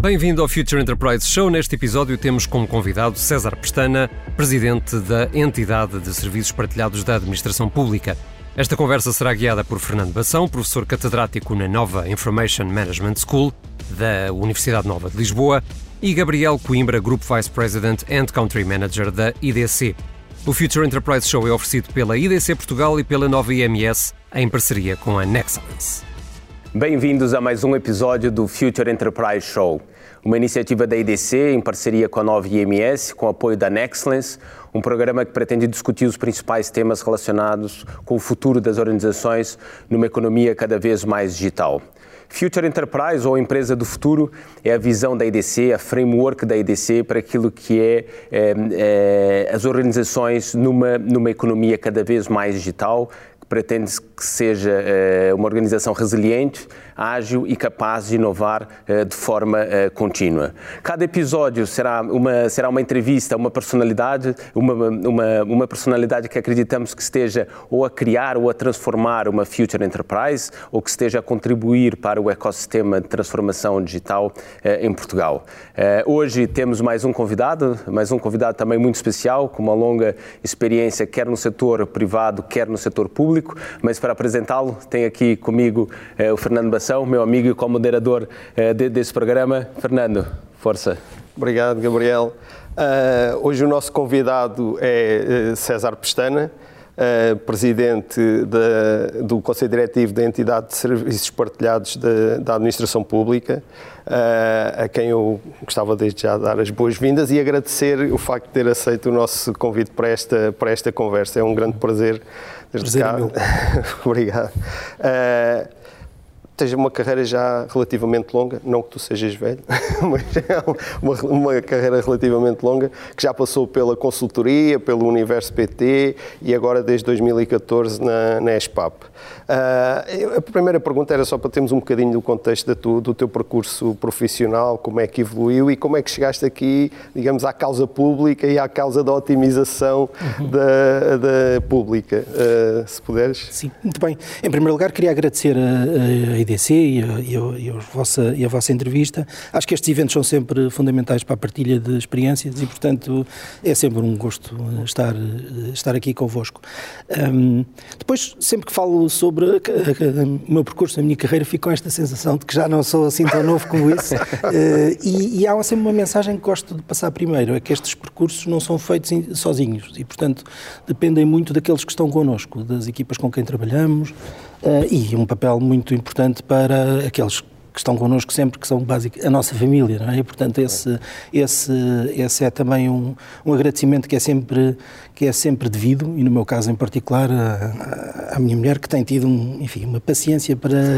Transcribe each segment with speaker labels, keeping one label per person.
Speaker 1: Bem-vindo ao Future Enterprise Show. Neste episódio temos como convidado César Pestana, presidente da Entidade de Serviços Partilhados da Administração Pública. Esta conversa será guiada por Fernando Bação, professor catedrático na Nova Information Management School da Universidade Nova de Lisboa, e Gabriel Coimbra, Group Vice President and Country Manager da IDC. O Future Enterprise Show é oferecido pela IDC Portugal e pela Nova IMS, em parceria com a Nexalance.
Speaker 2: Bem-vindos a mais um episódio do Future Enterprise Show, uma iniciativa da IDC em parceria com a Nova IMS, com apoio da Nexalance, um programa que pretende discutir os principais temas relacionados com o futuro das organizações numa economia cada vez mais digital. Future Enterprise, ou Empresa do Futuro, é a visão da IDC, a framework da IDC para aquilo que é as organizações numa economia cada vez mais digital, que pretende que seja uma organização resiliente, ágil e capaz de inovar de forma contínua. Cada episódio será uma entrevista a uma personalidade, uma personalidade que acreditamos que esteja ou a criar ou a transformar uma Future Enterprise, ou que esteja a contribuir para o ecossistema de transformação digital em Portugal. Hoje temos mais um convidado também muito especial, com uma longa experiência quer no setor privado, quer no setor público, mas para apresentá-lo tenho aqui comigo o Fernando Bação, meu amigo e co-moderador desse programa. Fernando, força.
Speaker 3: Obrigado, Gabriel. Hoje o nosso convidado é César Pestana, presidente do Conselho Diretivo da Entidade de Serviços Partilhados da Administração Pública, a quem eu gostava desde já de dar as boas-vindas e agradecer o facto de ter aceito o nosso convite para esta conversa. É um grande prazer.
Speaker 4: Prazer é meu.
Speaker 3: Obrigado. Tens uma carreira já relativamente longa, não que tu sejas velho, mas é uma carreira relativamente longa, que já passou pela consultoria, pelo Universo PT e agora desde 2014 na ESPAP. A primeira pergunta era só para termos um bocadinho do contexto do teu percurso profissional, como é que evoluiu e como é que chegaste aqui, digamos, à causa pública e à causa da otimização da pública, se puderes.
Speaker 4: Sim, muito bem. Em primeiro lugar, queria agradecer a IDC e a vossa entrevista. Acho que estes eventos são sempre fundamentais para a partilha de experiências e, portanto, é sempre um gosto estar aqui convosco. Depois, sempre que falo sobre o meu percurso, a minha carreira, fico com esta sensação de que já não sou assim tão novo como isso. E há sempre uma mensagem que gosto de passar primeiro, é que estes percursos não são feitos sozinhos e, portanto, dependem muito daqueles que estão connosco, das equipas com quem trabalhamos, e um papel muito importante para aqueles que estão connosco sempre, que são a nossa família, não é? E, portanto, esse é também um agradecimento que é sempre devido, e no meu caso em particular à minha mulher, que tem tido uma paciência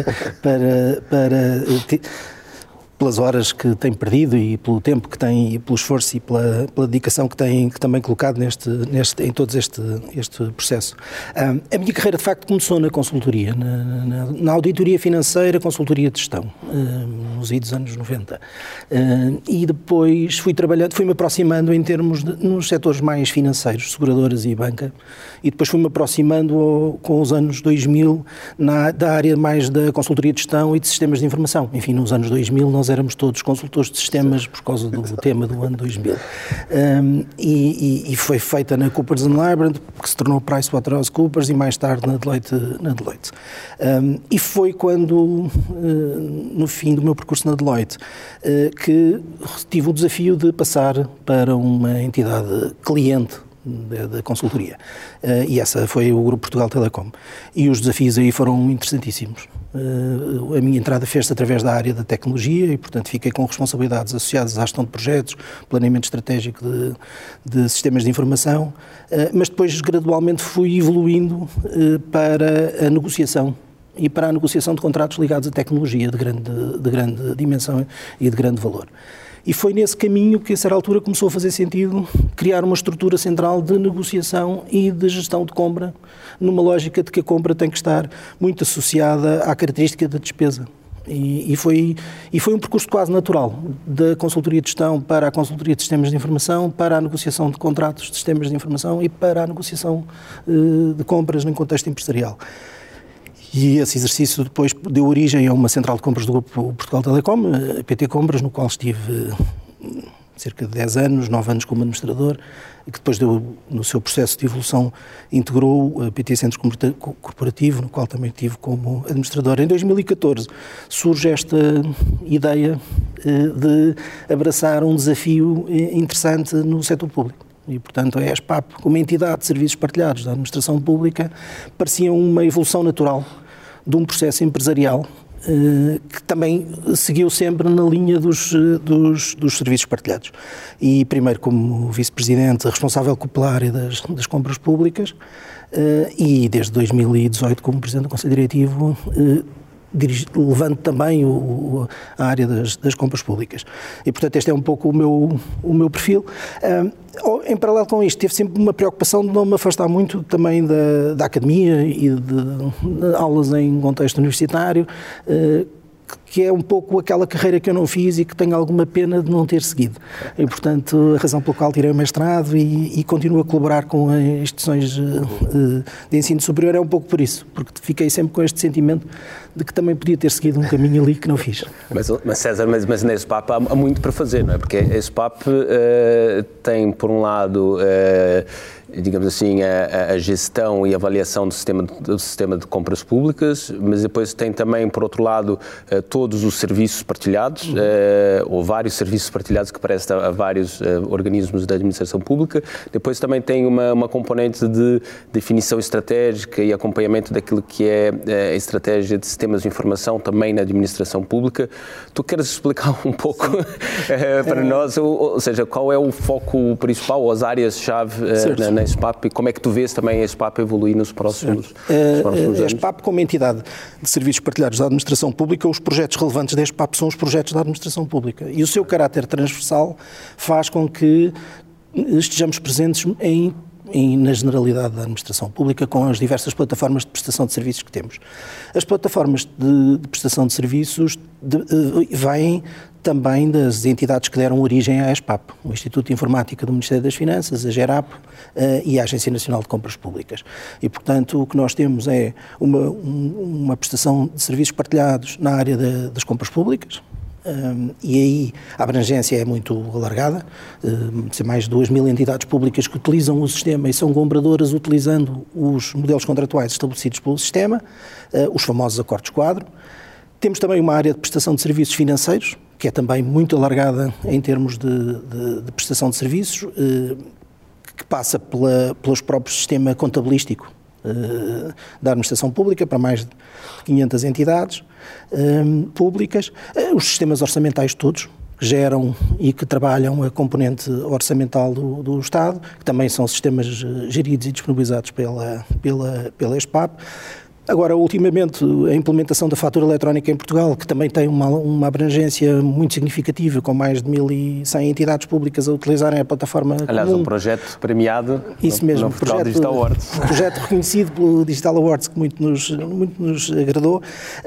Speaker 4: pelas horas que tem perdido e pelo tempo que tem, e pelo esforço e pela dedicação que tem também colocado em todo este processo. A minha carreira, de facto, começou na consultoria, na auditoria financeira, consultoria de gestão, nos idos anos 90. E depois fui-me aproximando em termos nos setores mais financeiros, seguradoras e banca, e depois fui-me aproximando com os anos 2000 da área mais da consultoria de gestão e de sistemas de informação. Enfim, nos anos 2000 nós éramos todos consultores de sistemas por causa do tema do ano 2000. E foi feita na Coopers & Lybrand, que se tornou PricewaterhouseCoopers e mais tarde na Deloitte. E foi quando, no fim do meu percurso na Deloitte, que tive o desafio de passar para uma entidade cliente da consultoria. E essa foi o Grupo Portugal Telecom. E os desafios aí foram interessantíssimos. A minha entrada fez-se através da área da tecnologia e, portanto, fiquei com responsabilidades associadas à gestão de projetos, planeamento estratégico de sistemas de informação, mas depois gradualmente fui evoluindo para a negociação e para a negociação de contratos ligados à tecnologia de grande dimensão e de grande valor. E foi nesse caminho que, a certa altura, começou a fazer sentido criar uma estrutura central de negociação e de gestão de compra, numa lógica de que a compra tem que estar muito associada à característica da despesa. E foi um percurso quase natural, da consultoria de gestão para a consultoria de sistemas de informação, para a negociação de contratos de sistemas de informação e para a negociação de compras em contexto empresarial. E esse exercício depois deu origem a uma central de compras do Grupo Portugal Telecom, a PT Compras, no qual estive cerca de 10 anos, 9 anos como administrador, que depois no seu processo de evolução integrou a PT Centro Corporativo, no qual também estive como administrador. Em 2014 surge esta ideia de abraçar um desafio interessante no setor público. E, portanto, a ESPAP, como entidade de serviços partilhados da administração pública, parecia uma evolução natural de um processo empresarial que também seguiu sempre na linha dos serviços partilhados. E primeiro como vice-presidente responsável pela área das compras públicas e desde 2018 como presidente do Conselho Diretivo, levando também a área das compras públicas. E, portanto, este é um pouco o meu perfil. Em paralelo com isto, teve sempre uma preocupação de não me afastar muito também da academia e de aulas em contexto universitário, que é um pouco aquela carreira que eu não fiz e que tenho alguma pena de não ter seguido. E, portanto, a razão pela qual tirei o mestrado e continuo a colaborar com as instituições de ensino superior é um pouco por isso, porque fiquei sempre com este sentimento de que também podia ter seguido um caminho ali que não fiz.
Speaker 2: Mas César, mas na ESPAP há muito para fazer, não é? Porque a ESPAP tem, por um lado, digamos assim, a gestão e avaliação do sistema de compras públicas, mas depois tem também, por outro lado, todos os serviços partilhados, ou vários serviços partilhados que prestam a vários organismos da administração pública. Depois também tem uma componente de definição estratégica e acompanhamento daquilo que é a estratégia de sistemas de informação também na administração pública. Tu queres explicar um pouco para nós, ou seja, qual é o foco principal ou as áreas-chave na ESPAP e como é que tu vês também a ESPAP evoluir nos próximos anos?
Speaker 4: A ESPAP, como entidade de serviços partilhados da administração pública, os projetos relevantes da ESPAP são os projetos da administração pública e o seu caráter transversal faz com que estejamos presentes na generalidade da administração pública com as diversas plataformas de prestação de serviços que temos. As plataformas de prestação de serviços vêm também das entidades que deram origem à ESPAP, o Instituto de Informática do Ministério das Finanças, a GERAP e a Agência Nacional de Compras Públicas. E, portanto, o que nós temos é uma prestação de serviços partilhados na área das compras públicas, e aí a abrangência é muito alargada, são mais de 2.000 entidades públicas que utilizam o sistema e são compradoras utilizando os modelos contratuais estabelecidos pelo sistema, os famosos acordos-quadro. Temos também uma área de prestação de serviços financeiros, que é também muito alargada em termos de prestação de serviços, que passa pelos próprios sistema contabilístico da administração pública, para mais de 500 entidades públicas, os sistemas orçamentais todos, que geram e que trabalham a componente orçamental do Estado, que também são sistemas geridos e disponibilizados pela ESPAP. Agora, ultimamente, a implementação da fatura eletrónica em Portugal, que também tem uma abrangência muito significativa, com mais de 1.100 entidades públicas a utilizarem a plataforma
Speaker 2: Aliás,
Speaker 4: comum.
Speaker 2: um projeto premiado
Speaker 4: Isso mesmo,
Speaker 2: no Portugal Digital Awards.
Speaker 4: Um projeto reconhecido pelo Digital Awards, que muito nos agradou.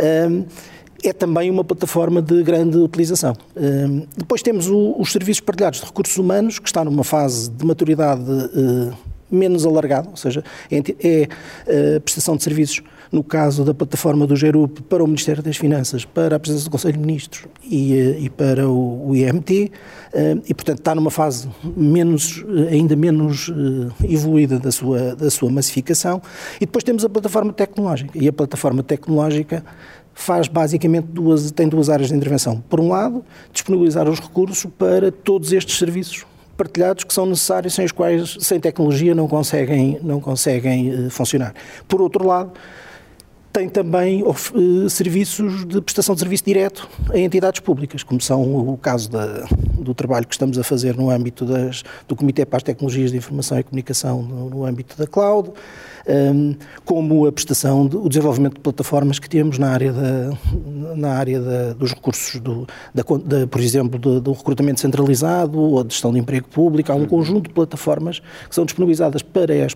Speaker 4: É também uma plataforma de grande utilização. Depois temos os serviços partilhados de recursos humanos, que está numa fase de maturidade menos alargada, ou seja, é a prestação de serviços, no caso da plataforma do GERUP, para o Ministério das Finanças, para a Presidência do Conselho de Ministros e para o IMT, e, portanto, está numa fase ainda menos evoluída da sua massificação. E depois temos a plataforma tecnológica, e a plataforma tecnológica faz basicamente tem duas áreas de intervenção. Por um lado, disponibilizar os recursos para todos estes serviços partilhados que são necessários, sem os quais, sem tecnologia, não conseguem funcionar. Por outro lado, tem também serviços de prestação de serviço direto a entidades públicas, como são o caso do trabalho que estamos a fazer no âmbito do Comitê para as Tecnologias de Informação e Comunicação no âmbito da cloud, como a prestação, o desenvolvimento de plataformas que temos na área dos recursos, por exemplo, do recrutamento centralizado ou de gestão de emprego público. Há um conjunto de plataformas que são disponibilizadas para a ESPAP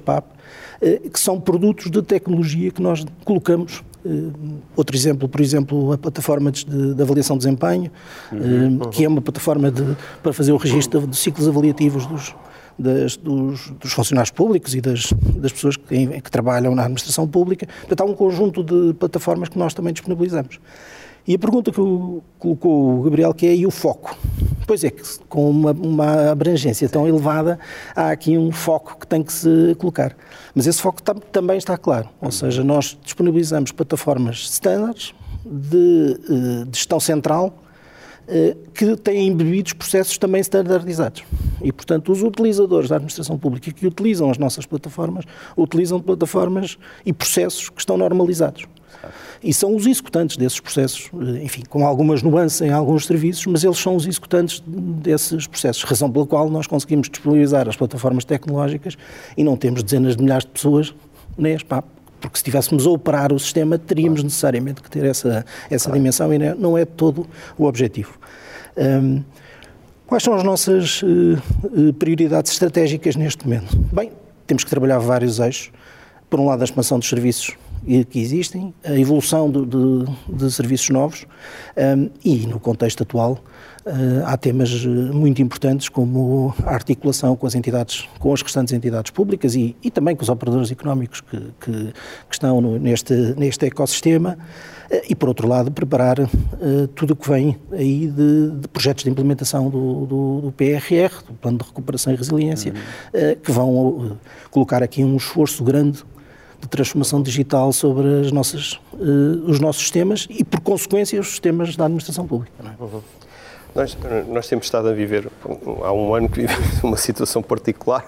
Speaker 4: que são produtos de tecnologia que nós colocamos. Outro exemplo, por exemplo, a plataforma de avaliação de desempenho, que é uma plataforma para fazer o registro de ciclos avaliativos dos funcionários públicos e das pessoas que trabalham na administração pública. Portanto, há um conjunto de plataformas que nós também disponibilizamos. E a pergunta que colocou o Gabriel, que é e o foco? Pois é que com uma abrangência tão elevada, há aqui um foco que tem que se colocar. Mas esse foco também está claro. Ou seja, nós disponibilizamos plataformas standards de gestão central que têm embebidos processos também standardizados. E, portanto, os utilizadores da administração pública que utilizam as nossas plataformas, utilizam plataformas e processos que estão normalizados. E são os executantes desses processos, enfim, com algumas nuances em alguns serviços, mas eles são os executantes desses processos, razão pela qual nós conseguimos disponibilizar as plataformas tecnológicas e não temos dezenas de milhares de pessoas na ESPAP, porque se estivéssemos a operar o sistema, teríamos necessariamente que ter essa dimensão e não é todo o objetivo. Quais são as nossas prioridades estratégicas neste momento? Bem, temos que trabalhar vários eixos. Por um lado, a expansão dos serviços que existem, a evolução de serviços novos e, no contexto atual, há temas muito importantes como a articulação com as restantes entidades públicas e também com os operadores económicos que estão neste ecossistema e, por outro lado, preparar tudo o que vem aí de projetos de implementação do PRR, do Plano de Recuperação e Resiliência, que vão colocar aqui um esforço grande de transformação digital sobre os nossos sistemas e, por consequência, os sistemas da administração pública. Não é?
Speaker 3: Nós temos estado a viver, há um ano que vivemos uma situação particular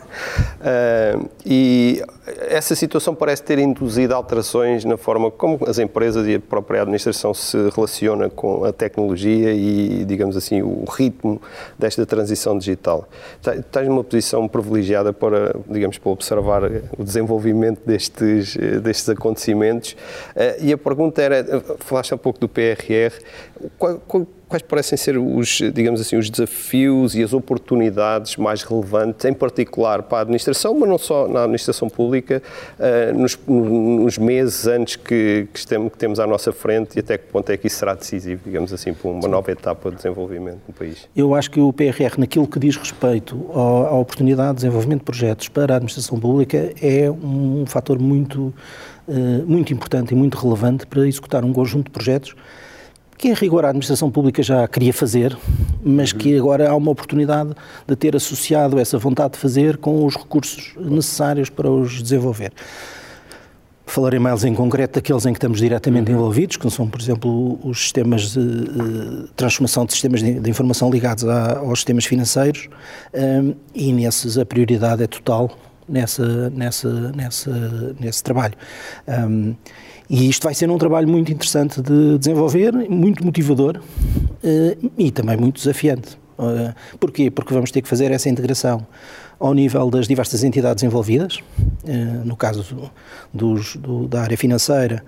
Speaker 3: e essa situação parece ter induzido alterações na forma como as empresas e a própria administração se relaciona com a tecnologia e, digamos assim, o ritmo desta transição digital. Estás numa posição privilegiada para observar o desenvolvimento destes acontecimentos e a pergunta era, falaste há pouco do PRR, quais parecem ser os desafios e as oportunidades mais relevantes, em particular para a administração, mas não só na administração pública, nos meses antes que temos à nossa frente e até que ponto é que isso será decisivo, digamos assim, para uma nova etapa de desenvolvimento no país?
Speaker 4: Eu acho que o PRR, naquilo que diz respeito à oportunidade de desenvolvimento de projetos para a administração pública, é um fator muito importante e muito relevante para executar um conjunto de projetos que, em rigor, a administração pública já queria fazer, mas que agora há uma oportunidade de ter associado essa vontade de fazer com os recursos necessários para os desenvolver. Falarei mais em concreto daqueles em que estamos diretamente envolvidos, que são, por exemplo, os sistemas de transformação de sistemas de informação ligados aos sistemas financeiros, e nesses a prioridade é total nesse trabalho. E isto vai ser um trabalho muito interessante de desenvolver, muito motivador e também muito desafiante. Porquê? Porque vamos ter que fazer essa integração ao nível das diversas entidades envolvidas, no caso da área financeira,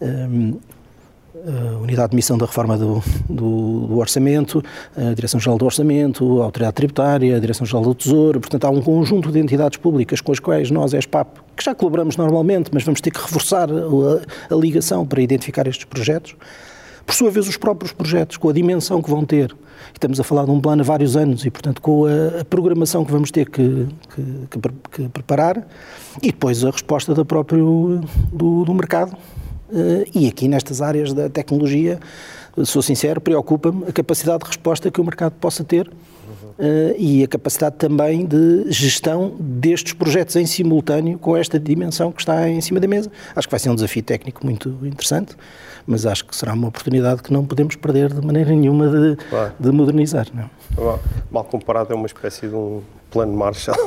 Speaker 4: a Unidade de Missão da Reforma do Orçamento, a Direção-Geral do Orçamento, a Autoridade Tributária, a Direção-Geral do Tesouro. Portanto, há um conjunto de entidades públicas com as quais nós, a ESPAP, que já colaboramos normalmente, mas vamos ter que reforçar a ligação para identificar estes projetos. Por sua vez, os próprios projetos, com a dimensão que vão ter, estamos a falar de um plano há vários anos e, portanto, com a programação que vamos ter que preparar e depois a resposta do mercado. E aqui nestas áreas da tecnologia, sou sincero, preocupa-me a capacidade de resposta que o mercado possa ter e a capacidade também de gestão destes projetos em simultâneo com esta dimensão que está em cima da mesa. Acho que vai ser um desafio técnico muito interessante, mas acho que será uma oportunidade que não podemos perder de maneira nenhuma de modernizar. Não?
Speaker 3: Mal comparado, é uma espécie de um plano Marshall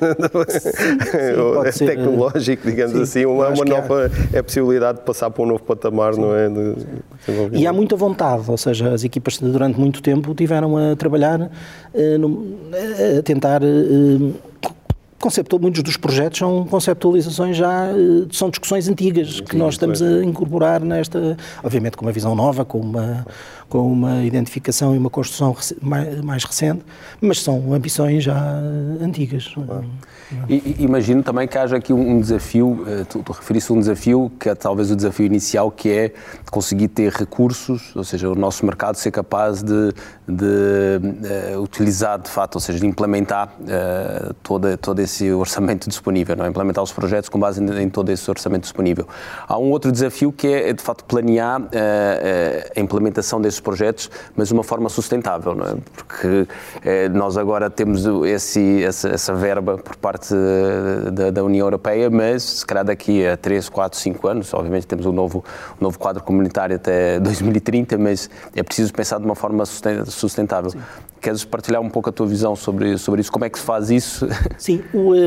Speaker 4: Sim,
Speaker 3: tecnológico, digamos assim, uma nova é a possibilidade de passar para um novo patamar, não é?
Speaker 4: E há muita vontade, ou seja, as equipas durante muito tempo tiveram a trabalhar, a tentar muitos dos projetos são conceptualizações já, são discussões antigas que nós estamos a incorporar nesta, obviamente com uma visão nova, com uma identificação e uma construção mais recente, mas são ambições já antigas.
Speaker 2: E imagino também que haja aqui um desafio, tu referiste a um desafio que é talvez o desafio inicial, que é conseguir ter recursos, ou seja, o nosso mercado ser capaz de utilizar de fato, ou seja, de implementar todo esse orçamento disponível, não é? Implementar os projetos com base em todo esse orçamento disponível. Há um outro desafio que é de facto planear a implementação desses projetos, mas de uma forma sustentável, não é? Porque nós agora temos essa verba por parte da União Europeia, mas se calhar daqui a 3, 4, 5 anos, obviamente temos um novo quadro comunitário até 2030, mas é preciso pensar de uma forma sustentável. Sim. Queres partilhar um pouco a tua visão sobre isso? Como é que se faz isso?
Speaker 4: Sim,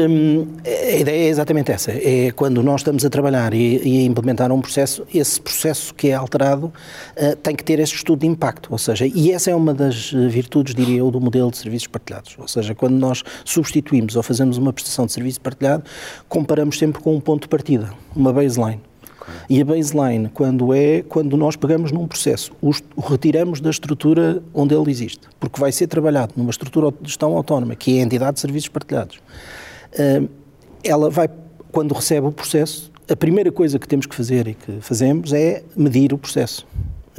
Speaker 4: a ideia é exatamente essa. É quando nós estamos a trabalhar e a implementar um processo, esse processo que é alterado tem que ter este estudo de impacto, ou seja, e essa é uma das virtudes, diria eu, do modelo de serviços partilhados. Ou seja, quando nós substituímos ou fazemos uma prestação de serviço partilhado, comparamos sempre com um ponto de partida, uma baseline. E a baseline, quando nós pegamos num processo, o retiramos da estrutura onde ele existe, porque vai ser trabalhado numa estrutura de gestão autónoma, que é a entidade de serviços partilhados. Ela vai, quando recebe o processo, a primeira coisa que temos que fazer e que fazemos é medir o processo,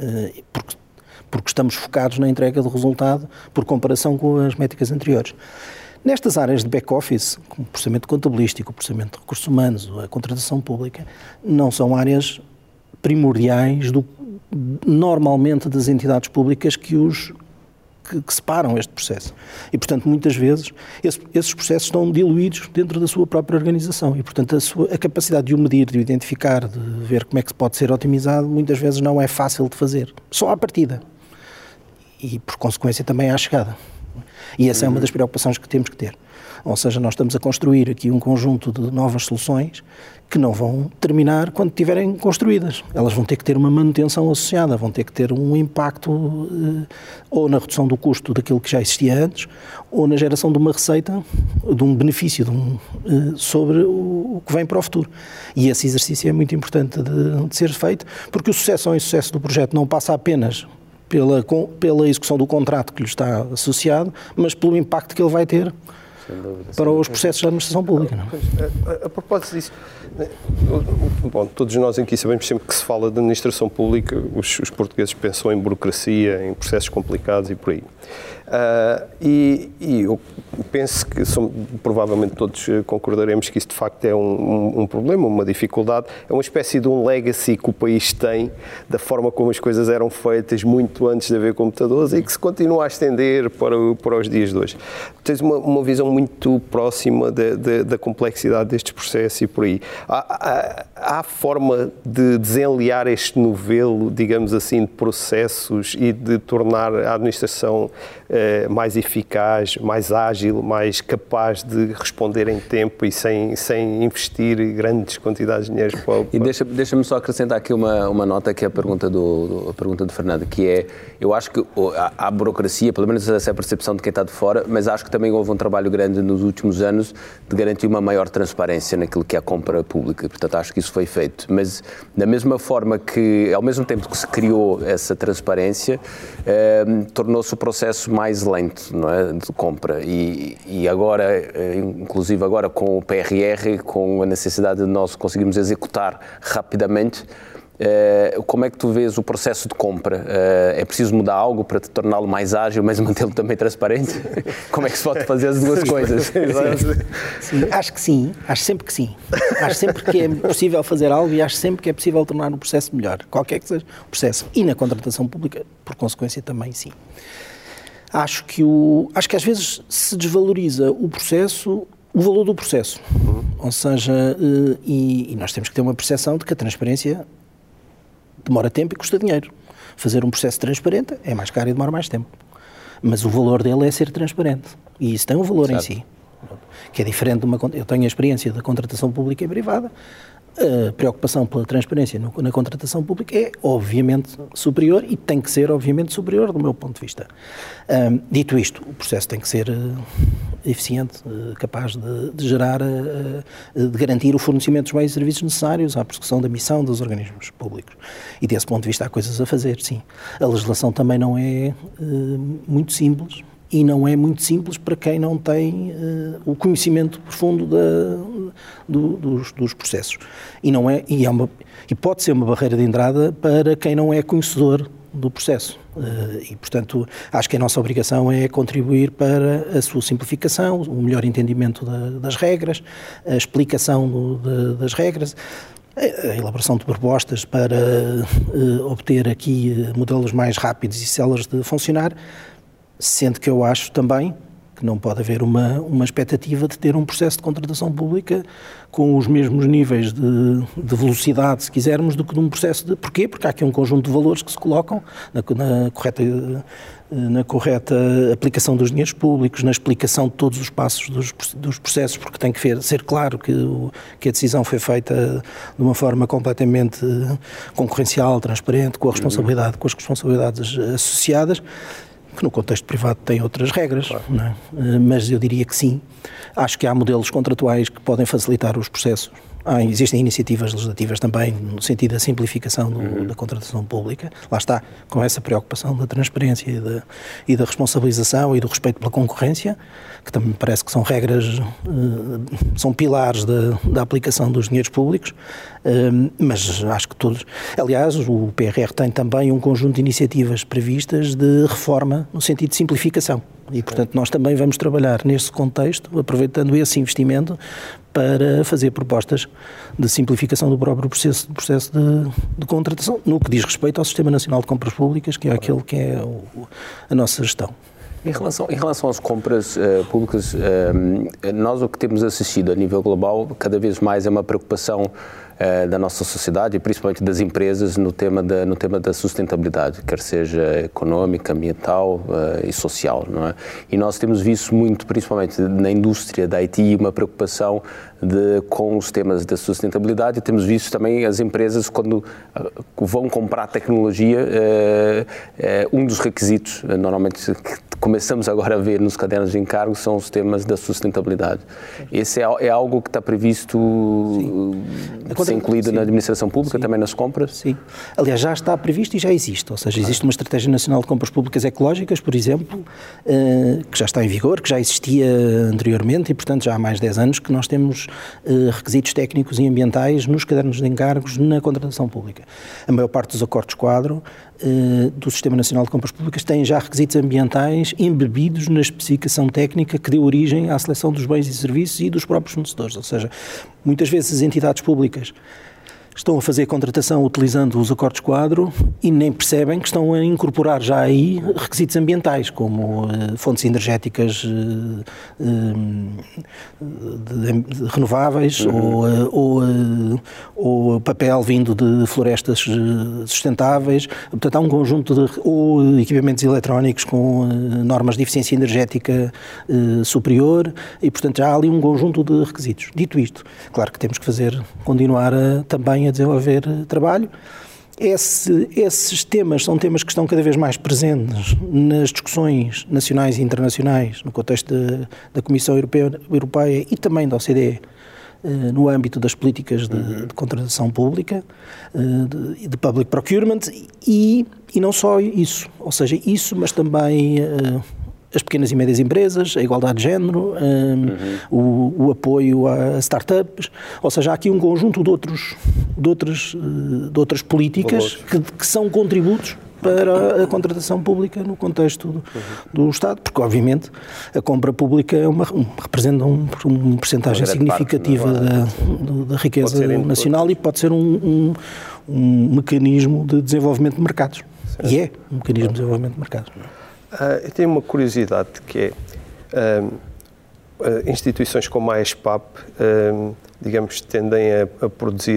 Speaker 4: porque estamos focados na entrega do resultado por comparação com as métricas anteriores. Nestas áreas de back-office, como o processamento contabilístico, o processamento de recursos humanos, a contratação pública, não são áreas primordiais normalmente das entidades públicas que separam este processo. E, portanto, muitas vezes, esses processos estão diluídos dentro da sua própria organização e, portanto, a capacidade de o medir, de o identificar, de ver como é que pode ser otimizado, muitas vezes não é fácil de fazer. Só à partida. E, por consequência, também à chegada. E essa é uma das preocupações que temos que ter. Ou seja, nós estamos a construir aqui um conjunto de novas soluções que não vão terminar quando estiverem construídas. Elas vão ter que ter uma manutenção associada, vão ter que ter um impacto ou na redução do custo daquilo que já existia antes, ou na geração de uma receita, de um benefício sobre o que vem para o futuro. E esse exercício é muito importante de ser feito, porque o sucesso ou insucesso do projeto não passa apenas pela execução do contrato que lhe está associado, mas pelo impacto que ele vai ter para os processos de administração pública. Não?
Speaker 3: A propósito disso, bom, todos nós aqui sabemos sempre que se fala de administração pública, os portugueses pensam em burocracia, em processos complicados e por aí. E eu penso que provavelmente todos concordaremos que isso de facto é um problema, uma dificuldade, é uma espécie de um legacy que o país tem da forma como as coisas eram feitas muito antes de haver computadores e que se continua a estender para os dias de hoje. Tens uma visão muito próxima da complexidade destes processos e por aí. Há forma de desenliar este novelo, digamos assim, de processos e de tornar a administração mais eficaz, mais ágil, mais capaz de responder em tempo e sem investir grandes quantidades de dinheiro para...
Speaker 2: E deixa-me só acrescentar aqui uma nota, que é a pergunta do Fernando, que é, eu acho que há burocracia, pelo menos essa é a percepção de quem está de fora, mas acho que também houve um trabalho grande nos últimos anos de garantir uma maior transparência naquilo que é a compra pública, portanto acho que isso foi feito, mas da mesma forma que, ao mesmo tempo que se criou essa transparência, tornou-se o processo mais lento, não é, de compra e agora, inclusive agora com o PRR, com a necessidade de nós conseguirmos executar rapidamente, como é que tu vês o processo de compra? É preciso mudar algo para te torná-lo mais ágil, mas mantê-lo também transparente? Como é que se pode fazer as duas coisas?
Speaker 4: Sim, acho que sim, acho sempre que sim. Acho sempre que é possível fazer algo e acho sempre que é possível tornar o processo melhor, qualquer que seja o processo. E na contratação pública, por consequência, também sim. Acho que às vezes se desvaloriza o valor do processo. Ou seja, e nós temos que ter uma percepção de que a transparência demora tempo e custa dinheiro. Fazer um processo transparente é mais caro e demora mais tempo. Mas o valor dele é ser transparente. E isso tem um valor em si. Que é diferente de eu tenho a experiência da contratação pública e privada, a preocupação pela transparência na contratação pública é, obviamente, superior e tem que ser, obviamente, superior do meu ponto de vista. Dito isto, o processo tem que ser eficiente, capaz de gerar, de garantir o fornecimento dos meios e serviços necessários à prossecução da missão dos organismos públicos. E desse ponto de vista há coisas a fazer, sim. A legislação também não é muito simples. E não é muito simples para quem não tem o conhecimento profundo dos processos. E pode ser uma barreira de entrada para quem não é conhecedor do processo. E, portanto, acho que a nossa obrigação é contribuir para a sua simplificação, o melhor entendimento das regras, a explicação das regras, a elaboração de propostas para obter aqui modelos mais rápidos e céleres de funcionar, sendo que eu acho também que não pode haver uma expectativa de ter um processo de contratação pública com os mesmos níveis de velocidade, se quisermos, do que num processo de... Porquê? Porque há aqui um conjunto de valores que se colocam na correta aplicação dos dinheiros públicos, na explicação de todos os passos dos processos, porque tem que ser claro que a decisão foi feita de uma forma completamente concorrencial, transparente, com as responsabilidades associadas, que no contexto privado tem outras regras, não é? Mas eu diria que sim. Acho que há modelos contratuais que podem facilitar os processos. Existem iniciativas legislativas também no sentido da simplificação da contratação pública. Lá está, com essa preocupação da transparência e da responsabilização e do respeito pela concorrência, que também me parece que são regras, são pilares da aplicação dos dinheiros públicos, mas acho que todos... Aliás, o PRR tem também um conjunto de iniciativas previstas de reforma no sentido de simplificação. E, portanto, nós também vamos trabalhar neste contexto, aproveitando esse investimento para fazer propostas de simplificação do próprio processo de contratação, no que diz respeito ao Sistema Nacional de Compras Públicas, que é aquele que é a nossa gestão.
Speaker 2: Em relação às compras públicas, nós o que temos assistido a nível global cada vez mais é uma preocupação da nossa sociedade e principalmente das empresas no tema da sustentabilidade, quer seja económica, ambiental e social, não é? E nós temos visto muito, principalmente na indústria da IT, uma preocupação com os temas da sustentabilidade. Temos visto também as empresas, quando vão comprar tecnologia, um dos requisitos, normalmente, que começamos agora a ver nos cadernos de encargo, são os temas da sustentabilidade. Esse é algo que está previsto ser incluído na administração pública, também nas compras?
Speaker 4: Sim. Aliás, já está previsto e já existe. Ou seja, existe uma Estratégia Nacional de Compras Públicas Ecológicas, por exemplo, que já está em vigor, que já existia anteriormente e, portanto, já há mais de 10 anos que nós temos requisitos técnicos e ambientais nos cadernos de encargos na contratação pública. A maior parte dos acordos-quadro do Sistema Nacional de Compras Públicas têm já requisitos ambientais embebidos na especificação técnica que deu origem à seleção dos bens e serviços e dos próprios fornecedores. Ou seja, muitas vezes as entidades públicas estão a fazer contratação utilizando os acordos-quadro e nem percebem que estão a incorporar já aí requisitos ambientais, como fontes energéticas renováveis ou papel vindo de florestas sustentáveis. Portanto, há um conjunto ou equipamentos eletrónicos com normas de eficiência energética superior e, portanto, já há ali um conjunto de requisitos. Dito isto, claro que temos que continuar também a desenvolver trabalho. Esses temas são temas que estão cada vez mais presentes nas discussões nacionais e internacionais, no contexto da Comissão Europeia e também da OCDE, no âmbito das políticas de contratação pública, de public procurement e não só isso, ou seja, isso, mas também as pequenas e médias empresas, a igualdade de género, o apoio a startups, ou seja, há aqui um conjunto de outras políticas que são contributos para a contratação pública no contexto do Estado, porque obviamente a compra pública representa uma percentagem significativa da riqueza nacional e pode ser um mecanismo de desenvolvimento de mercados. Certo. E é um mecanismo de desenvolvimento de mercados.
Speaker 3: Eu tenho uma curiosidade que é, instituições como a ESPAP, digamos, tendem a produzir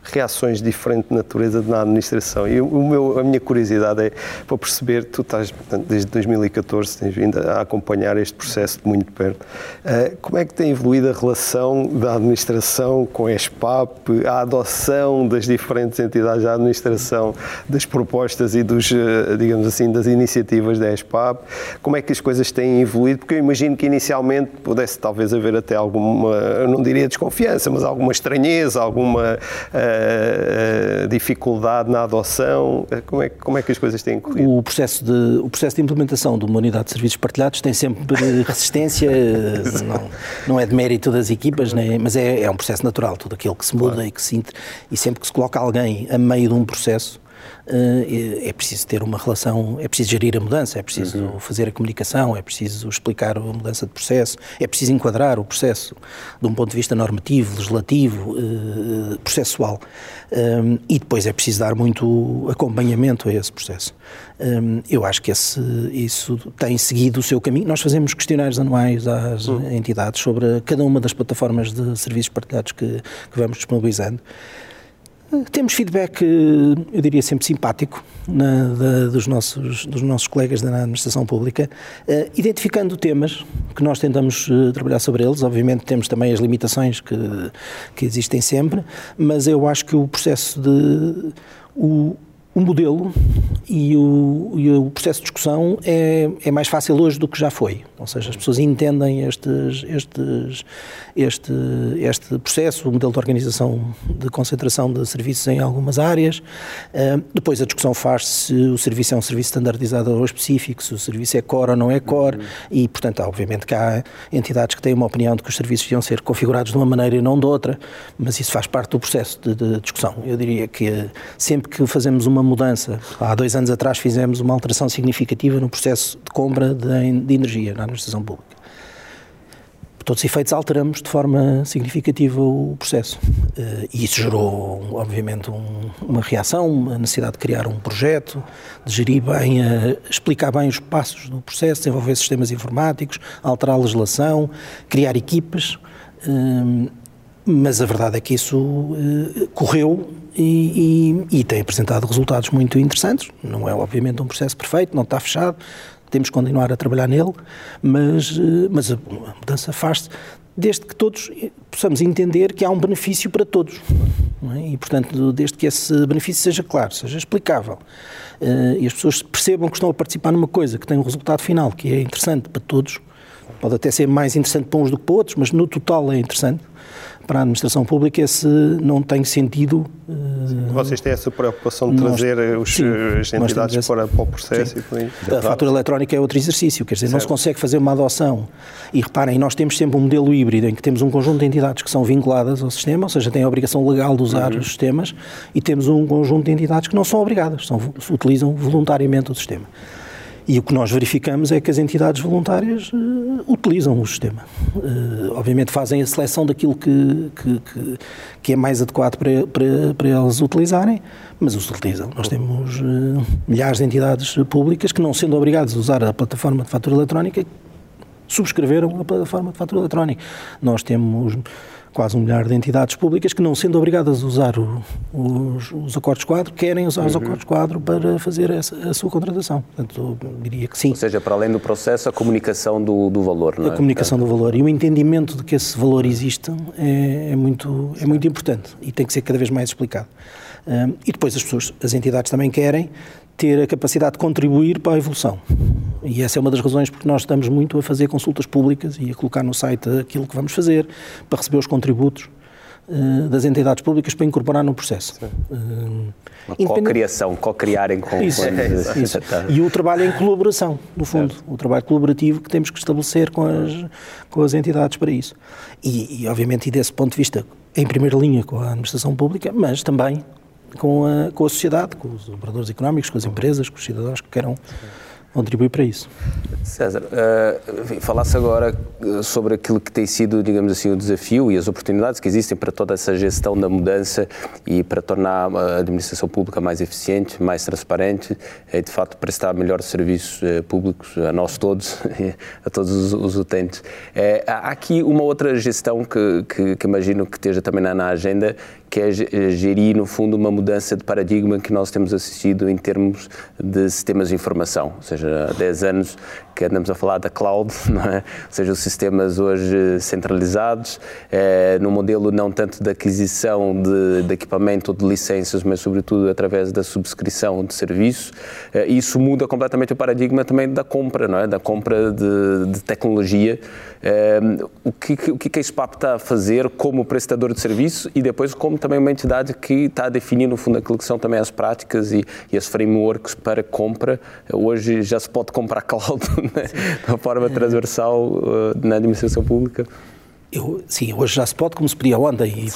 Speaker 3: reações de diferente natureza na administração. E a minha curiosidade é para perceber, tu estás, portanto, desde 2014, tens vindo a acompanhar este processo de muito perto. Como é que tem evoluído a relação da administração com a ESPAP, a adoção das diferentes entidades da administração, das propostas e dos, digamos assim, das iniciativas da ESPAP? Como é que as coisas têm evoluído? Porque eu imagino que inicialmente pudesse talvez haver até alguma, eu não diria desconfiança, mas alguma estranheza, alguma dificuldade na adoção. Como é que as coisas têm corrido?
Speaker 4: O processo de implementação de uma unidade de serviços partilhados tem sempre resistência, não é de mérito das equipas, né? Mas é um processo natural, tudo aquilo que se muda, claro. E sempre que se coloca alguém a meio de um processo, é preciso ter uma relação, é preciso gerir a mudança, é preciso fazer a comunicação, é preciso explicar a mudança de processo, é preciso enquadrar o processo de um ponto de vista normativo, legislativo, processual, e depois é preciso dar muito acompanhamento a esse processo. Eu acho que isso tem seguido o seu caminho. Nós fazemos questionários anuais às entidades sobre cada uma das plataformas de serviços partilhados que vamos disponibilizando. Temos feedback, eu diria sempre simpático, dos nossos colegas da administração pública, identificando temas que nós tentamos trabalhar sobre eles. Obviamente temos também as limitações que existem sempre, mas eu acho que o processo o modelo e o processo de discussão é mais fácil hoje do que já foi. Ou seja, as pessoas entendem este processo, o modelo de organização de concentração de serviços em algumas áreas. Depois a discussão faz se o serviço é um serviço standardizado ou específico, se o serviço é core ou não é core, e, portanto, obviamente que há entidades que têm uma opinião de que os serviços deviam ser configurados de uma maneira e não de outra, mas isso faz parte do processo de discussão. Eu diria que sempre que fazemos uma mudança, há 2 anos atrás fizemos uma alteração significativa no processo de compra de energia na administração pública. Por todos os efeitos alteramos de forma significativa o processo e isso gerou obviamente uma reação, uma necessidade de criar um projeto, de gerir bem, explicar bem os passos do processo, desenvolver sistemas informáticos, alterar a legislação, criar equipas, mas a verdade é que isso correu e tem apresentado resultados muito interessantes. Não é obviamente um processo perfeito, não está fechado, temos que continuar a trabalhar nele, mas a mudança faz-se desde que todos possamos entender que há um benefício para todos, não é? E, portanto, desde que esse benefício seja claro, seja explicável, e as pessoas percebam que estão a participar numa coisa que tem um resultado final que é interessante para todos, pode até ser mais interessante para uns do que para outros, mas no total é interessante. Para a administração pública esse não tem sentido.
Speaker 3: Vocês têm essa preocupação de trazer as entidades para o processo?
Speaker 4: A fatura eletrónica é outro exercício, quer dizer, não se consegue fazer uma adoção. E reparem, nós temos sempre um modelo híbrido em que temos um conjunto de entidades que são vinculadas ao sistema, ou seja, têm a obrigação legal de usar os sistemas, e temos um conjunto de entidades que não são obrigadas, utilizam voluntariamente o sistema. E o que nós verificamos é que as entidades voluntárias utilizam o sistema. Obviamente fazem a seleção daquilo que é mais adequado para eles utilizarem, mas os utilizam. Nós temos milhares de entidades públicas que, não sendo obrigadas a usar a plataforma de fatura eletrónica, subscreveram a plataforma de fatura eletrónica. Nós temos quase 1 milhar de entidades públicas que, não sendo obrigadas a usar os acordos-quadro, querem usar os acordos-quadro para fazer a sua contratação. Portanto, eu diria que sim.
Speaker 2: Ou seja, para além do processo, a comunicação do valor, não é?
Speaker 4: A comunicação do valor e o entendimento de que esse valor existe é muito importante e tem que ser cada vez mais explicado. E depois as entidades também querem ter a capacidade de contribuir para a evolução. E essa é uma das razões porque nós estamos muito a fazer consultas públicas e a colocar no site aquilo que vamos fazer, para receber os contributos das entidades públicas para incorporar no processo.
Speaker 2: Uma co-criação, co-criarem com...
Speaker 4: Isso. E o trabalho em colaboração, no fundo, o trabalho colaborativo que temos que estabelecer com as entidades para isso. E obviamente, desse ponto de vista, em primeira linha com a administração pública, mas também com a sociedade, com os operadores económicos, com as empresas, com os cidadãos que queiram contribuir para isso.
Speaker 2: César, falasse agora sobre aquilo que tem sido, digamos assim, o desafio e as oportunidades que existem para toda essa gestão da mudança e para tornar a administração pública mais eficiente, mais transparente e, de facto, prestar melhores serviços públicos a nós todos, a todos os utentes. Há aqui uma outra gestão que imagino que esteja também na agenda, que é gerir, no fundo, uma mudança de paradigma que nós temos assistido em termos de sistemas de informação. Ou seja, há 10 anos que andamos a falar da cloud, não é? Ou seja, os sistemas hoje centralizados, no modelo não tanto de aquisição de equipamento ou de licenças, mas sobretudo através da subscrição de serviços. Isso muda completamente o paradigma também da compra, não é? Da compra de tecnologia. O que a SPAP está a fazer como prestador de serviço e depois como também uma entidade que está a definir, no fundo, aquilo que são também as práticas e as frameworks para compra. Hoje já se pode comprar cloud, né? De uma forma transversal na administração pública.
Speaker 4: Sim, hoje já se pode, como se podia ontem.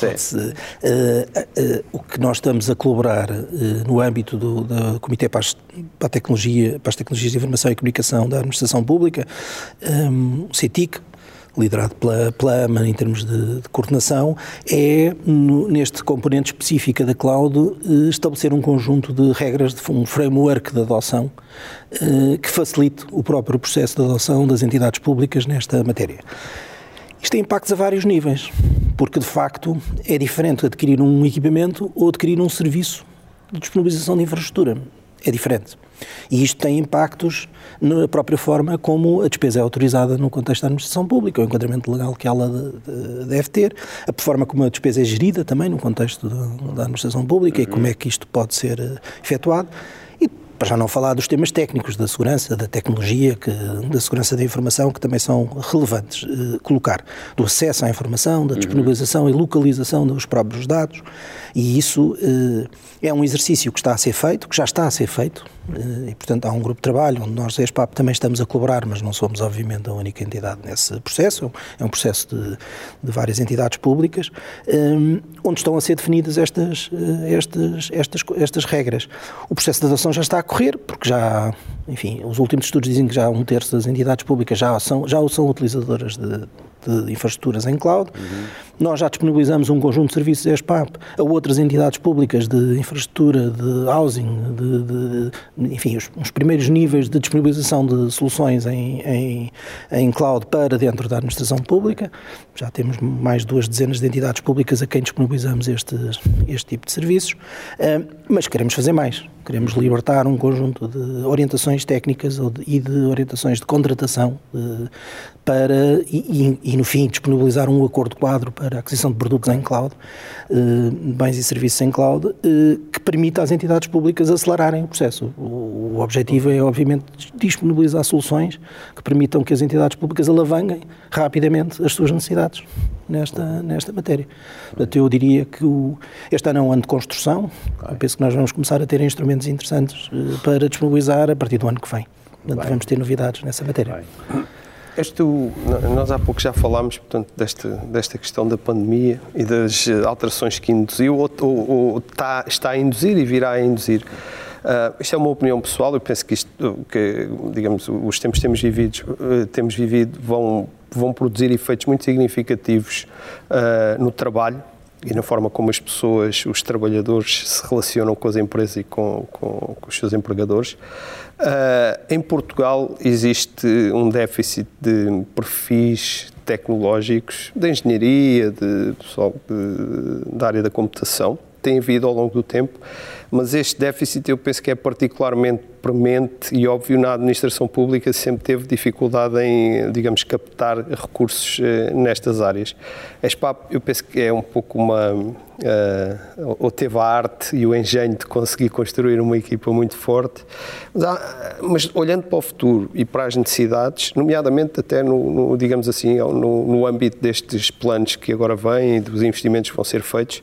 Speaker 4: O que nós estamos a colaborar no âmbito do Comitê para as Tecnologias de Informação e Comunicação da Administração Pública, o CETIC, liderado pela AMA em termos de coordenação, é, neste componente específico da cloud, estabelecer um conjunto de regras, um framework de adoção que facilite o próprio processo de adoção das entidades públicas nesta matéria. Isto tem impactos a vários níveis, porque de facto é diferente adquirir um equipamento ou adquirir um serviço de disponibilização de infraestrutura. É diferente. E isto tem impactos na própria forma como a despesa é autorizada no contexto da administração pública, o enquadramento legal que ela deve ter, a forma como a despesa é gerida também no contexto da administração pública e como é que isto pode ser efetuado. E para já não falar dos temas técnicos, da segurança, da tecnologia, da segurança da informação, que também são relevantes colocar, do acesso à informação, da disponibilização e localização dos próprios dados, e isso é um exercício que está a ser feito, que já está a ser feito, e portanto há um grupo de trabalho onde nós, a SPAP, também estamos a colaborar, mas não somos obviamente a única entidade nesse processo, é um processo de várias entidades públicas, onde estão a ser definidas estas regras. O processo de adoção já está a correr, porque já, enfim, os últimos estudos dizem que já 1/3 das entidades públicas já são utilizadoras de infraestruturas em cloud. Nós já disponibilizamos um conjunto de serviços da SPAP a outras entidades públicas de infraestrutura, de housing, enfim, os primeiros níveis de disponibilização de soluções em cloud para dentro da administração pública. Já temos mais de 2 dezenas de entidades públicas a quem disponibilizamos este tipo de serviços, mas queremos fazer mais. Queremos libertar um conjunto de orientações técnicas e de orientações de contratação e no fim, disponibilizar um acordo-quadro para a aquisição de produtos em cloud, bens e serviços em cloud, que permita às entidades públicas acelerarem o processo. O objetivo é, obviamente, disponibilizar soluções que permitam que as entidades públicas alavanquem rapidamente as suas necessidades nesta matéria. Portanto, eu diria que este ano é um ano de construção. Eu penso que nós vamos começar a ter instrumentos interessantes para disponibilizar a partir do ano que vem. Portanto, vamos ter novidades nessa matéria.
Speaker 3: Nós há pouco já falámos, portanto, desta questão da pandemia e das alterações que induziu ou está a induzir e virá a induzir. Isto é uma opinião pessoal. Eu penso que digamos, os tempos que temos vivido vão produzir efeitos muito significativos no trabalho e na forma como as pessoas, os trabalhadores, se relacionam com as empresas e com os seus empregadores. Em Portugal existe um déficit de perfis tecnológicos, de engenharia, de pessoal da área da computação. Tem havido ao longo do tempo, mas este déficit eu penso que é particularmente premente e óbvio na administração pública, sempre teve dificuldade em, digamos, captar recursos nestas áreas. A SPAP, eu penso que é um pouco ou teve a arte e o engenho de conseguir construir uma equipa muito forte, mas olhando para o futuro e para as necessidades, nomeadamente até digamos assim, no âmbito destes planos que agora vêm e dos investimentos que vão ser feitos,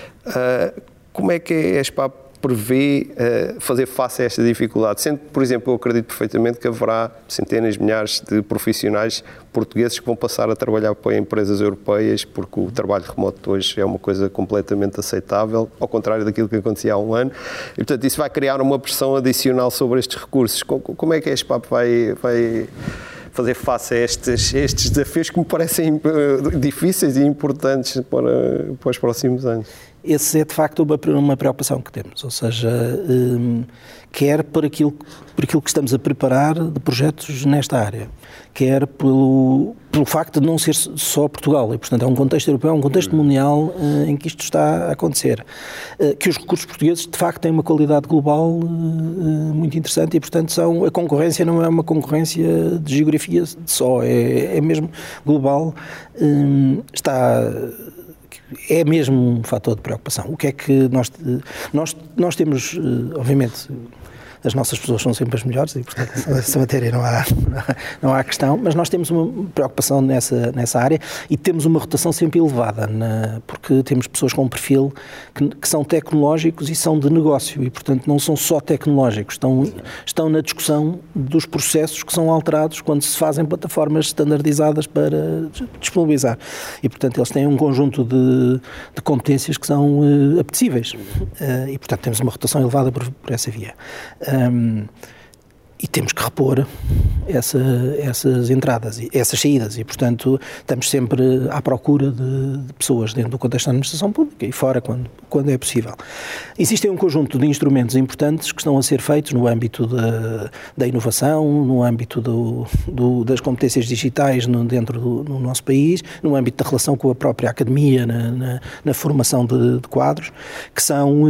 Speaker 3: como é que a SPAP prevê fazer face a esta dificuldade? Sendo, por exemplo, eu acredito perfeitamente que haverá centenas, milhares de profissionais portugueses que vão passar a trabalhar para empresas europeias, porque o trabalho remoto hoje é uma coisa completamente aceitável, ao contrário daquilo que acontecia há um ano, e portanto isso vai criar uma pressão adicional sobre estes recursos. Como é que a SPAP vai fazer face a estes desafios que me parecem difíceis e importantes para os próximos anos?
Speaker 4: Esse é, de facto, uma preocupação que temos, ou seja, quer por aquilo que estamos a preparar de projetos nesta área, quer pelo facto de não ser só Portugal, e portanto é um contexto europeu, é um contexto mundial em que isto está a acontecer. Que os recursos portugueses de facto têm uma qualidade global muito interessante e portanto a concorrência não é uma concorrência de geografia só, é mesmo global, é mesmo um fator de preocupação. O que é que nós temos, obviamente, as nossas pessoas são sempre as melhores e, portanto, nessa matéria não há questão, mas nós temos uma preocupação nessa área e temos uma rotação sempre elevada, porque temos pessoas com um perfil que são tecnológicos e são de negócio e, portanto, não são só tecnológicos, estão na discussão dos processos que são alterados quando se fazem plataformas standardizadas para disponibilizar. E, portanto, eles têm um conjunto de competências que são apetecíveis e, portanto, temos uma rotação elevada por essa via. E temos que repor essas entradas, essas saídas e, portanto, estamos sempre à procura de pessoas dentro do contexto da administração pública e fora, quando é possível. Existem um conjunto de instrumentos importantes que estão a ser feitos no âmbito da inovação, no âmbito das competências digitais dentro do nosso país, no âmbito da relação com a própria academia, na formação de quadros, que são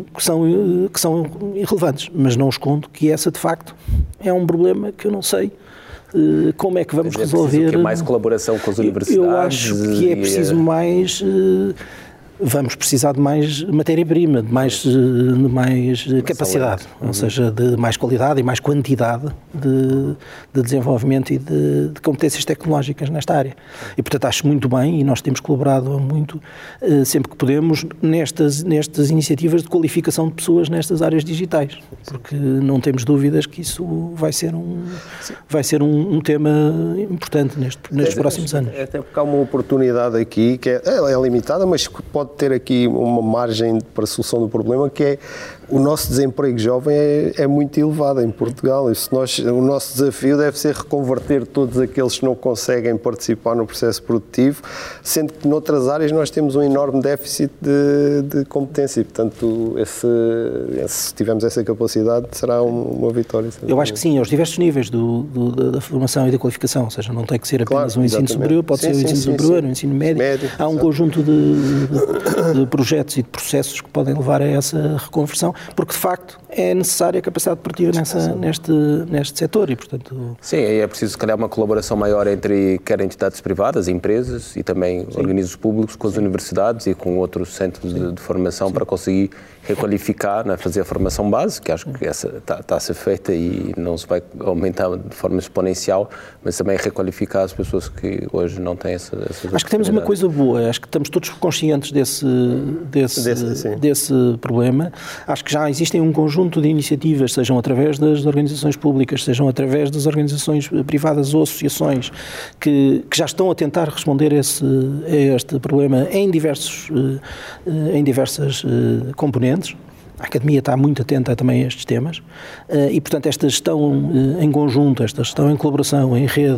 Speaker 4: irrelevantes, mas não escondo que essa, de facto, é um problema que eu não sei como é que vamos resolver.
Speaker 2: Que é mais colaboração com as universidades?
Speaker 4: Eu acho que é preciso mais... Vamos precisar de mais matéria-prima, de mais capacidade, ou seja, de mais qualidade e mais quantidade de desenvolvimento e de competências tecnológicas nesta área. E, portanto, acho muito bem, e nós temos colaborado muito, sempre que podemos, nestas iniciativas de qualificação de pessoas nestas áreas digitais, porque não temos dúvidas que isso vai ser um tema importante nestes próximos anos.
Speaker 3: Até porque há uma oportunidade aqui que é limitada, mas pode ter aqui uma margem para a solução do problema, que é o nosso desemprego jovem é muito elevado em Portugal. O nosso desafio deve ser reconverter todos aqueles que não conseguem participar no processo produtivo, sendo que noutras áreas nós temos um enorme déficit de competência e, portanto, se tivermos essa capacidade, será uma vitória.
Speaker 4: Eu acho que sim, aos diversos níveis da formação e da qualificação, ou seja, não tem que ser apenas um ensino superior, pode ser o ensino superior, o ensino médio. Há um conjunto de projetos e de processos que podem levar a essa reconversão, porque de facto é necessária a capacidade produtiva neste setor e, portanto...
Speaker 2: Sim, é preciso se calhar uma colaboração maior entre quer entidades privadas, empresas e também organismos públicos com as universidades e com outros centros de formação para conseguir requalificar, fazer a formação base, que acho que essa está a ser feita e não se vai aumentar de forma exponencial, mas também requalificar as pessoas que hoje não têm essas
Speaker 4: Acho que temos uma coisa boa, acho que estamos todos conscientes desse problema. Acho que já existem um conjunto de iniciativas, sejam através das organizações públicas, sejam através das organizações privadas ou associações, que já estão a tentar responder a este problema em diversas componentes. A Academia está muito atenta também a estes temas e, portanto, esta gestão em conjunto, esta gestão em colaboração, em rede,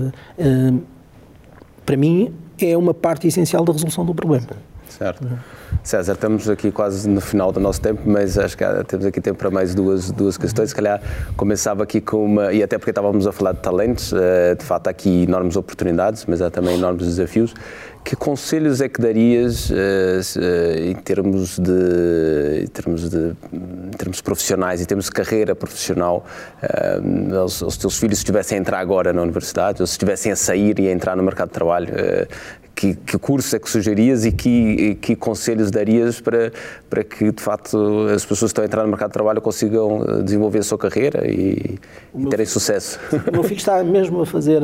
Speaker 4: para mim, é uma parte essencial da resolução do problema.
Speaker 2: Certo. César, estamos aqui quase no final do nosso tempo, mas acho que temos aqui tempo para mais duas questões. Se calhar começava aqui com uma, e até porque estávamos a falar de talentos, de facto há aqui enormes oportunidades, mas há também enormes desafios. Que conselhos é que darias em termos profissionais, em termos de carreira profissional, aos teus filhos se estivessem a entrar agora na universidade, ou se estivessem a sair e a entrar no mercado de trabalho? Que curso é que sugerias e que conselhos darias para que, de facto, as pessoas que estão a entrar no mercado de trabalho consigam desenvolver a sua carreira e terem sucesso?
Speaker 4: O meu filho está mesmo a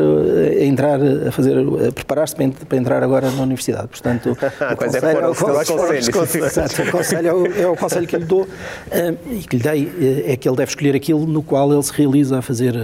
Speaker 4: preparar-se para entrar agora na universidade, portanto, o conselho que lhe dou e que lhe dei é que ele deve escolher aquilo no qual ele se realiza a fazer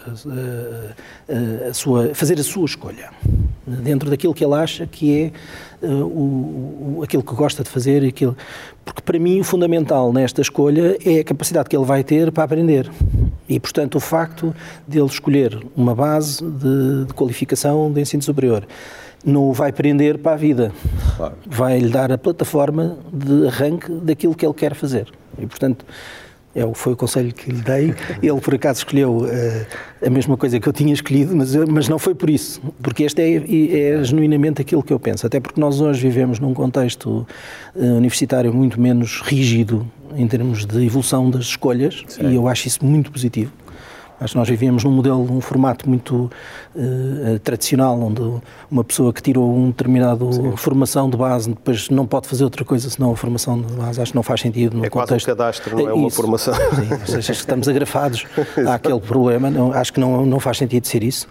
Speaker 4: a sua escolha, dentro daquilo que ele acha que é aquilo que gosta de fazer, porque para mim o fundamental nesta escolha é a capacidade que ele vai ter para aprender e, portanto, o facto de ele escolher uma base de qualificação de ensino superior não o vai prender para a vida, vai-lhe dar a plataforma de arranque daquilo que ele quer fazer e, portanto, Foi o conselho que lhe dei. Ele, por acaso, escolheu a mesma coisa que eu tinha escolhido, mas não foi por isso, porque este é genuinamente aquilo que eu penso, até porque nós hoje vivemos num contexto universitário muito menos rígido em termos de evolução das escolhas. Sim. E eu acho isso muito positivo. Acho que nós vivíamos num formato muito tradicional, onde uma pessoa que tirou uma determinada formação de base depois não pode fazer outra coisa senão a formação de base. Acho que não faz sentido no contexto.
Speaker 3: Quase um cadastro, não é uma formação.
Speaker 4: Sim, ou seja, estamos agrafados àquele problema. Acho que não faz sentido ser isso.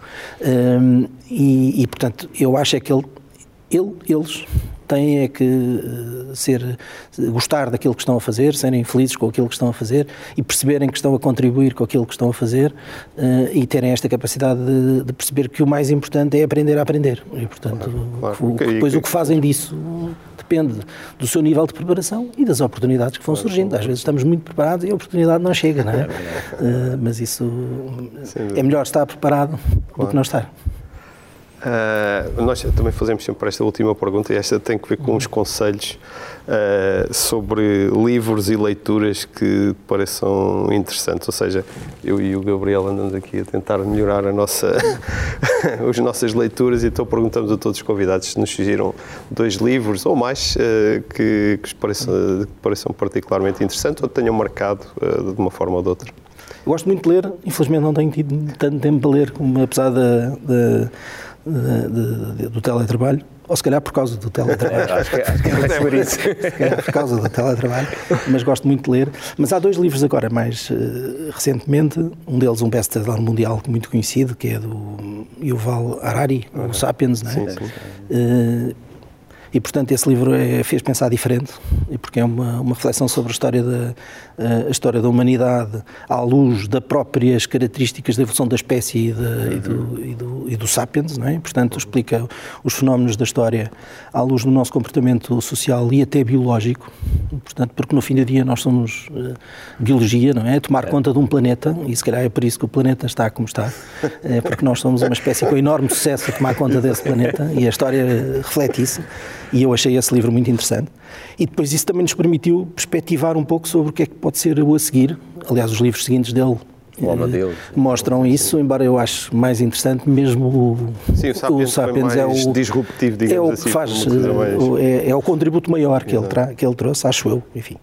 Speaker 4: E portanto, eu acho é que eles têm é que gostar daquilo que estão a fazer, serem felizes com aquilo que estão a fazer e perceberem que estão a contribuir com aquilo que estão a fazer e terem esta capacidade de perceber que o mais importante é aprender a aprender. E, portanto, depois o que fazem disso depende do seu nível de preparação e das oportunidades que vão surgindo. Às vezes estamos muito preparados e a oportunidade não chega, não é? Mas isso é melhor estar preparado do que não estar.
Speaker 3: Nós também fazemos sempre esta última pergunta e esta tem que ver com os conselhos sobre livros e leituras que pareçam interessantes, ou seja, eu e o Gabriel andamos aqui a tentar melhorar as nossas leituras e então perguntamos a todos os convidados se nos sugiram 2 livros ou mais que pareçam particularmente interessantes ou tenham marcado de uma forma ou de outra.
Speaker 4: Eu gosto muito de ler, infelizmente não tenho tido tanto tempo para ler, apesar do teletrabalho, ou se calhar por causa do teletrabalho.
Speaker 2: Acho que é por isso.
Speaker 4: Por causa do teletrabalho, mas gosto muito de ler. Mas há 2 livros agora, mais recentemente, um deles um best-seller mundial muito conhecido, que é do Yuval Harari, o Sapiens, não é? Sim. E, portanto, esse livro fez pensar diferente, porque é uma reflexão sobre a história da humanidade à luz das próprias características da evolução da espécie e do Sapiens, não é? Portanto, explica os fenómenos da história à luz do nosso comportamento social e até biológico, portanto, porque no fim do dia nós somos biologia, não é? Tomar conta de um planeta, e se calhar é por isso que o planeta está como está, porque nós somos uma espécie com enorme sucesso a tomar conta desse planeta, e a história reflete isso. E eu achei esse livro muito interessante. E depois isso também nos permitiu perspectivar um pouco sobre o que é que pode ser o a seguir. Aliás, os livros seguintes dele mostram isso, embora eu acho mais interessante mesmo o Sapiens é o
Speaker 3: disruptivo, digamos assim,
Speaker 4: que faz, é o contributo maior que ele trouxe, acho eu, enfim.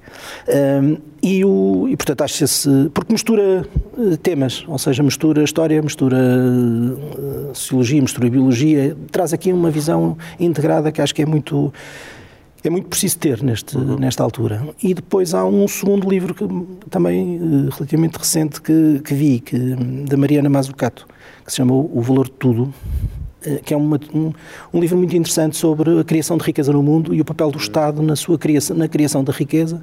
Speaker 4: E portanto acho porque mistura temas, ou seja, mistura história, mistura sociologia, mistura biologia, traz aqui uma visão integrada que acho que é muito preciso ter nesta altura. E depois há um segundo livro que também relativamente recente que vi, da Mariana Mazzucato, que se chama O Valor de Tudo, que é um livro muito interessante sobre a criação de riqueza no mundo e o papel do Estado na criação da riqueza,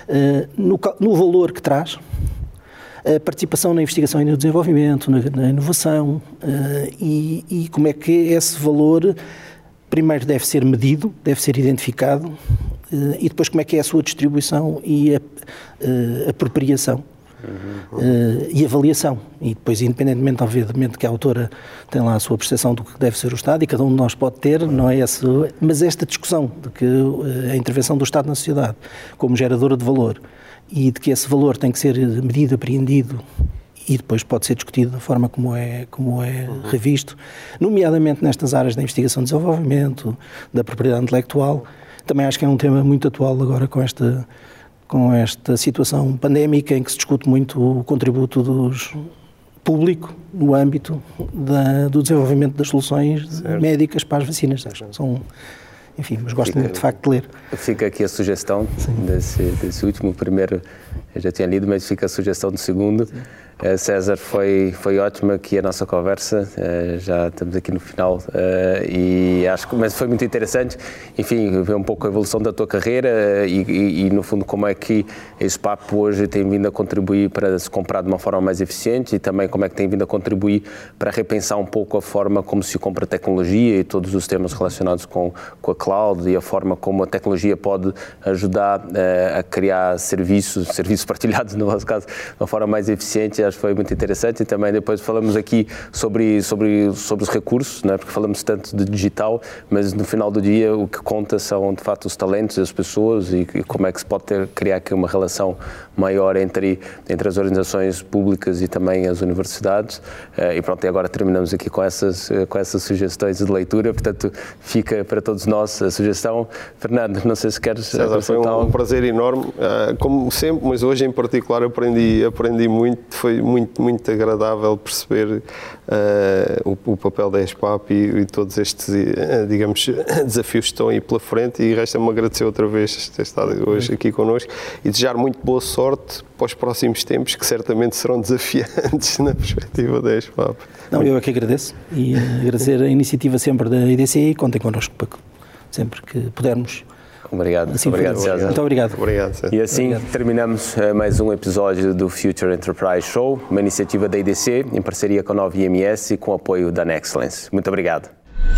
Speaker 4: no valor que traz, a participação na investigação e no desenvolvimento, na inovação, e como é que esse valor primeiro deve ser medido, deve ser identificado, e depois como é que é a sua distribuição e a apropriação e avaliação. E depois, independentemente, obviamente, que a autora tem lá a sua percepção do que deve ser o Estado, e cada um de nós pode ter, não é esse, mas esta discussão de que a intervenção do Estado na sociedade como geradora de valor e de que esse valor tem que ser medido, apreendido, e depois pode ser discutido da forma como é revisto, nomeadamente nestas áreas da investigação e desenvolvimento, da propriedade intelectual. Também acho que é um tema muito atual agora com esta situação pandémica em que se discute muito o contributo público no âmbito do desenvolvimento das soluções médicas para as vacinas. Acho que são... Enfim, mas gosto muito de facto de ler.
Speaker 2: Fica aqui a sugestão desse último, primeiro eu já tinha lido, mas fica a sugestão do segundo. César, foi ótima aqui a nossa conversa, já estamos aqui no final e acho que mas foi muito interessante, enfim, ver um pouco a evolução da tua carreira e no fundo como é que esse papo hoje tem vindo a contribuir para se comprar de uma forma mais eficiente e também como é que tem vindo a contribuir para repensar um pouco a forma como se compra tecnologia e todos os temas relacionados com a cloud e a forma como a tecnologia pode ajudar a criar serviços partilhados, no nosso caso, de uma forma mais eficiente. acho que foi muito interessante, e também depois falamos aqui sobre os recursos, não é? Porque falamos tanto de digital, mas no final do dia o que conta são de facto os talentos, as pessoas, e como é que se pode criar aqui uma relação maior entre as organizações públicas e também as universidades. E pronto, e agora terminamos aqui com essas sugestões de leitura, portanto fica para todos nós a sugestão. Fernando, não sei se queres...
Speaker 3: César, foi um prazer enorme, como sempre, mas hoje em particular aprendi muito, foi muito agradável perceber o papel da ESPAP e todos estes, digamos, desafios que estão aí pela frente, e resta-me agradecer outra vez ter estado hoje aqui connosco e desejar muito boa sorte para os próximos tempos, que certamente serão desafiantes na perspectiva da ESPAP.
Speaker 4: Não, eu é que agradeço, e agradecer a iniciativa sempre da IDC, e contem connosco sempre que pudermos.
Speaker 2: Obrigado,
Speaker 4: assim
Speaker 2: obrigado, César.
Speaker 4: Muito obrigado.
Speaker 3: César.
Speaker 2: E assim terminamos mais um episódio do Future Enterprise Show, uma iniciativa da IDC em parceria com a Nova IMS e com o apoio da Nexcellence. Muito obrigado.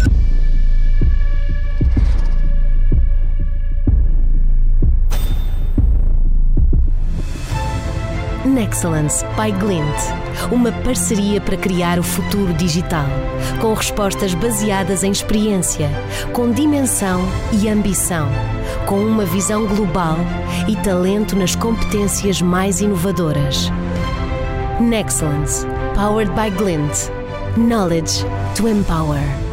Speaker 5: Nexcellence by Glint, uma parceria para criar o futuro digital, com respostas baseadas em experiência, com dimensão e ambição, com uma visão global e talento nas competências mais inovadoras. Nexcellence, powered by Glint. Knowledge to empower.